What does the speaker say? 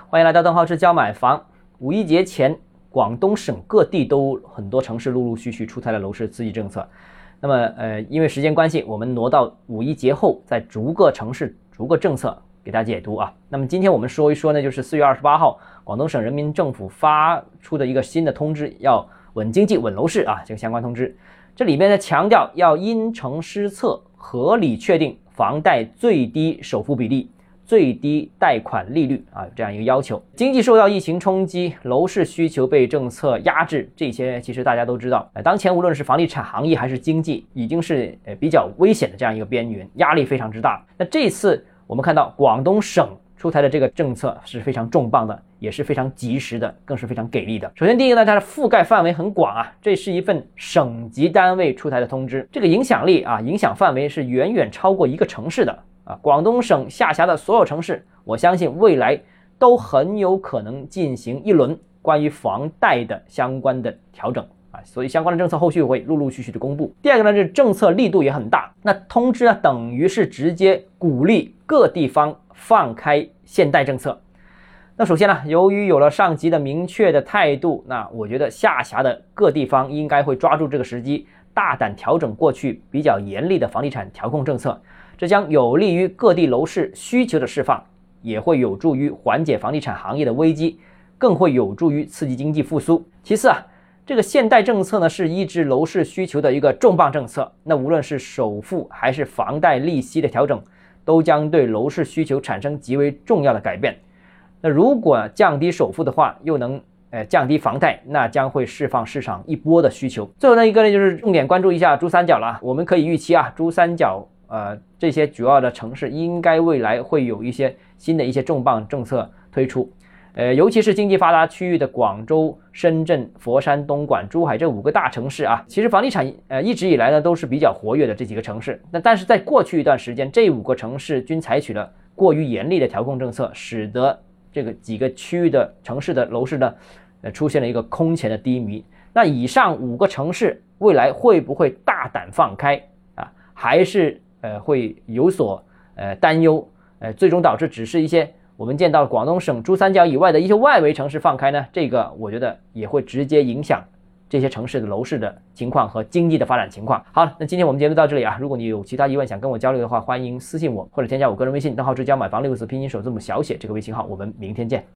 欢迎来到邓浩之教买房。五一节前，广东省各地都很多城市陆陆续续出台了楼市刺激政策。那么因为时间关系，我们挪到五一节后，再逐个城市、逐个政策给大家解读啊。那么今天我们说一说呢，就是4月28号，广东省人民政府发出的一个新的通知，要稳经济、稳楼市啊，这个相关通知。这里面呢强调要因城施策，合理确定房贷最低首付比例、最低贷款利率啊，这样一个要求。经济受到疫情冲击，楼市需求被政策压制，这些其实大家都知道。当前无论是房地产行业还是经济，已经是比较危险的这样一个边缘，压力非常之大。那这次我们看到广东省出台的这个政策是非常重磅的，也是非常及时的，更是非常给力的。首先第一个呢，它的覆盖范围很广啊，这是一份省级单位出台的通知，这个影响力啊，影响范围是远远超过一个城市的啊。广东省下辖的所有城市，我相信未来都很有可能进行一轮关于房贷的相关的调整啊，所以相关的政策后续会陆陆续续的公布。第二个呢，就是政策力度也很大，那通知呢等于是直接鼓励各地方放开限贷政策。那首先呢，由于有了上级的明确的态度，那我觉得下辖的各地方应该会抓住这个时机，大胆调整过去比较严厉的房地产调控政策，这将有利于各地楼市需求的释放，也会有助于缓解房地产行业的危机，更会有助于刺激经济复苏。其次啊，这个限贷政策呢是抑制楼市需求的一个重磅政策，那无论是首付还是房贷利息的调整，都将对楼市需求产生极为重要的改变。那如果降低首付的话，又能降低房贷，那将会释放市场一波的需求。最后呢一个呢，就是重点关注一下珠三角了。我们可以预期啊，珠三角这些主要的城市应该未来会有一些新的一些重磅政策推出。尤其是经济发达区域的广州、深圳、佛山、东莞、珠海这5个大城市啊，其实房地产一直以来呢都是比较活跃的这几个城市。但是在过去一段时间，这5个城市均采取了过于严厉的调控政策，使得这个几个区域的城市的楼市呢出现了一个空前的低迷。那以上5个城市未来会不会大胆放开啊？还是会有所担忧，最终导致只是一些我们见到广东省珠三角以外的一些外围城市放开呢？这个我觉得也会直接影响这些城市的楼市的情况和经济的发展情况。好，那今天我们节目到这里啊，如果你有其他疑问想跟我交流的话，欢迎私信我或者添加我个人微信邓浩之教买房6个字拼音首字母小写这个微信号，我们明天见。